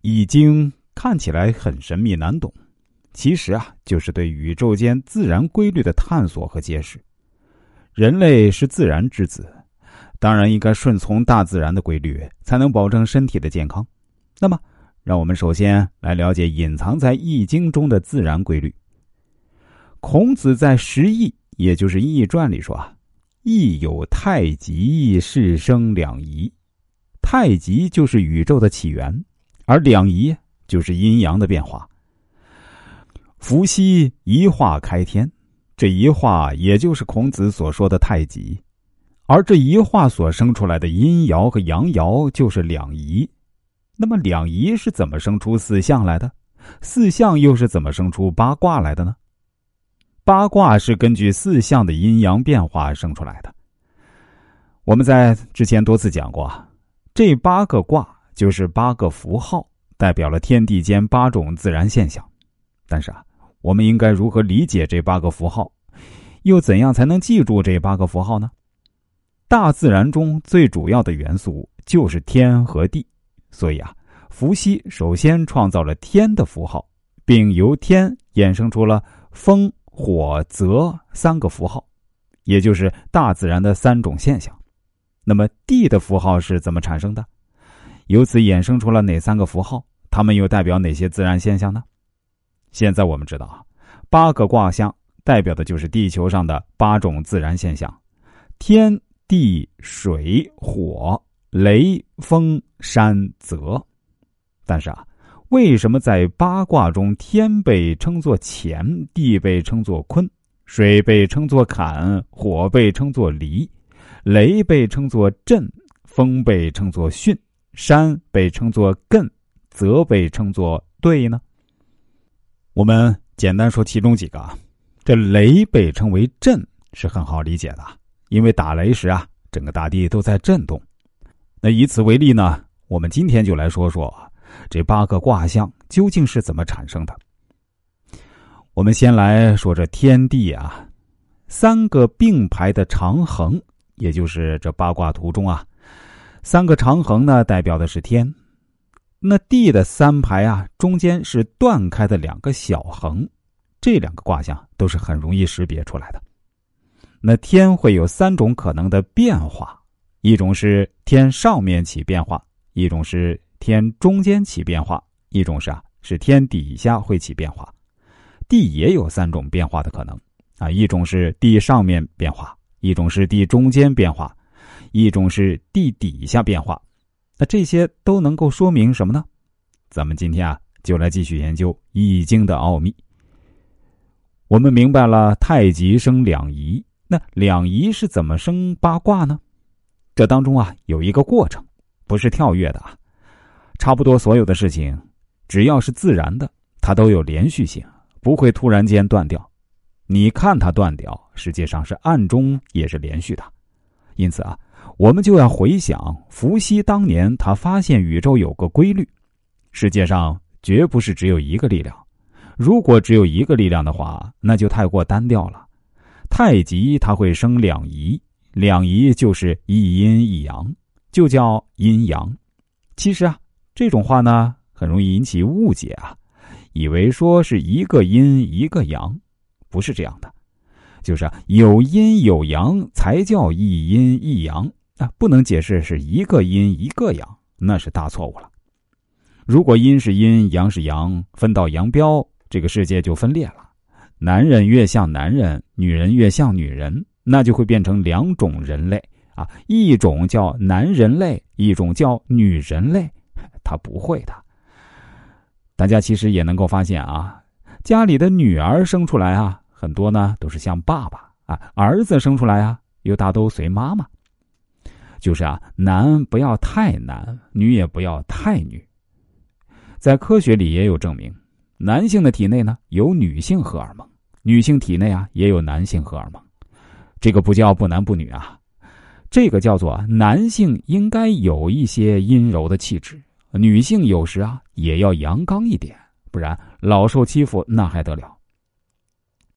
易经看起来很神秘难懂，其实就是对宇宙间自然规律的探索和揭示。人类是自然之子，当然应该顺从大自然的规律，才能保证身体的健康。那么让我们首先来了解隐藏在易经中的自然规律。孔子在十易，也就是易传里说易有太极，是生两仪。太极就是宇宙的起源，而两仪就是阴阳的变化。伏羲一化开天，这一化也就是孔子所说的太极，而这一化所生出来的阴爻和阳爻就是两仪。那么两仪是怎么生出四象来的？四象又是怎么生出八卦来的呢？八卦是根据四象的阴阳变化生出来的。我们在之前多次讲过，这八个卦就是八个符号，代表了天地间八种自然现象。但是我们应该如何理解这八个符号？又怎样才能记住这八个符号呢？大自然中最主要的元素就是天和地，所以伏羲首先创造了天的符号，并由天衍生出了风、火、泽三个符号，也就是大自然的三种现象。那么地的符号是怎么产生的？由此衍生出了哪三个符号？它们又代表哪些自然现象呢？现在我们知道八个卦象代表的就是地球上的八种自然现象：天、地、水、火、雷、风、山、泽。但是为什么在八卦中天被称作乾，地被称作坤，水被称作坎，火被称作离，雷被称作震，风被称作巽，山被称作艮，泽被称作兑呢？我们简单说其中几个。这雷被称为震是很好理解的，因为打雷时整个大地都在震动。那以此为例呢，我们今天就来说说这八个卦象究竟是怎么产生的。我们先来说这天地三个并排的长横，也就是这八卦图中三个长横呢代表的是天。那地的三排中间是断开的两个小横，这两个卦象都是很容易识别出来的。那天会有三种可能的变化，一种是天上面起变化，一种是天中间起变化，一种是天底下会起变化。地也有三种变化的可能一种是地上面变化，一种是地中间变化，一种是地底下变化。那这些都能够说明什么呢？咱们今天就来继续研究易经的奥秘。我们明白了太极生两仪，那两仪是怎么生八卦呢？这当中有一个过程，不是跳跃的差不多所有的事情只要是自然的，它都有连续性，不会突然间断掉。你看它断掉，实际上是暗中也是连续的。因此我们就要回想伏羲当年他发现宇宙有个规律，世界上绝不是只有一个力量，如果只有一个力量的话，那就太过单调了。太极它会生两仪，两仪就是一阴一阳，就叫阴阳。其实这种话呢很容易引起误解以为说是一个阴一个阳，不是这样的，就是有阴有阳才叫一阴一阳不能解释是一个阴一个阳，那是大错误了。如果阴是阴阳是阳，分道扬镳，这个世界就分裂了。男人越像男人，女人越像女人，那就会变成两种人类一种叫男人类，一种叫女人类，它不会的。大家其实也能够发现家里的女儿生出来很多呢都是像爸爸儿子生出来又大都随妈妈。就是男不要太男，女也不要太女。在科学里也有证明，男性的体内呢有女性荷尔蒙，女性体内也有男性荷尔蒙。这个不叫不男不女这个叫做男性应该有一些阴柔的气质，女性有时也要阳刚一点，不然老受欺负那还得了。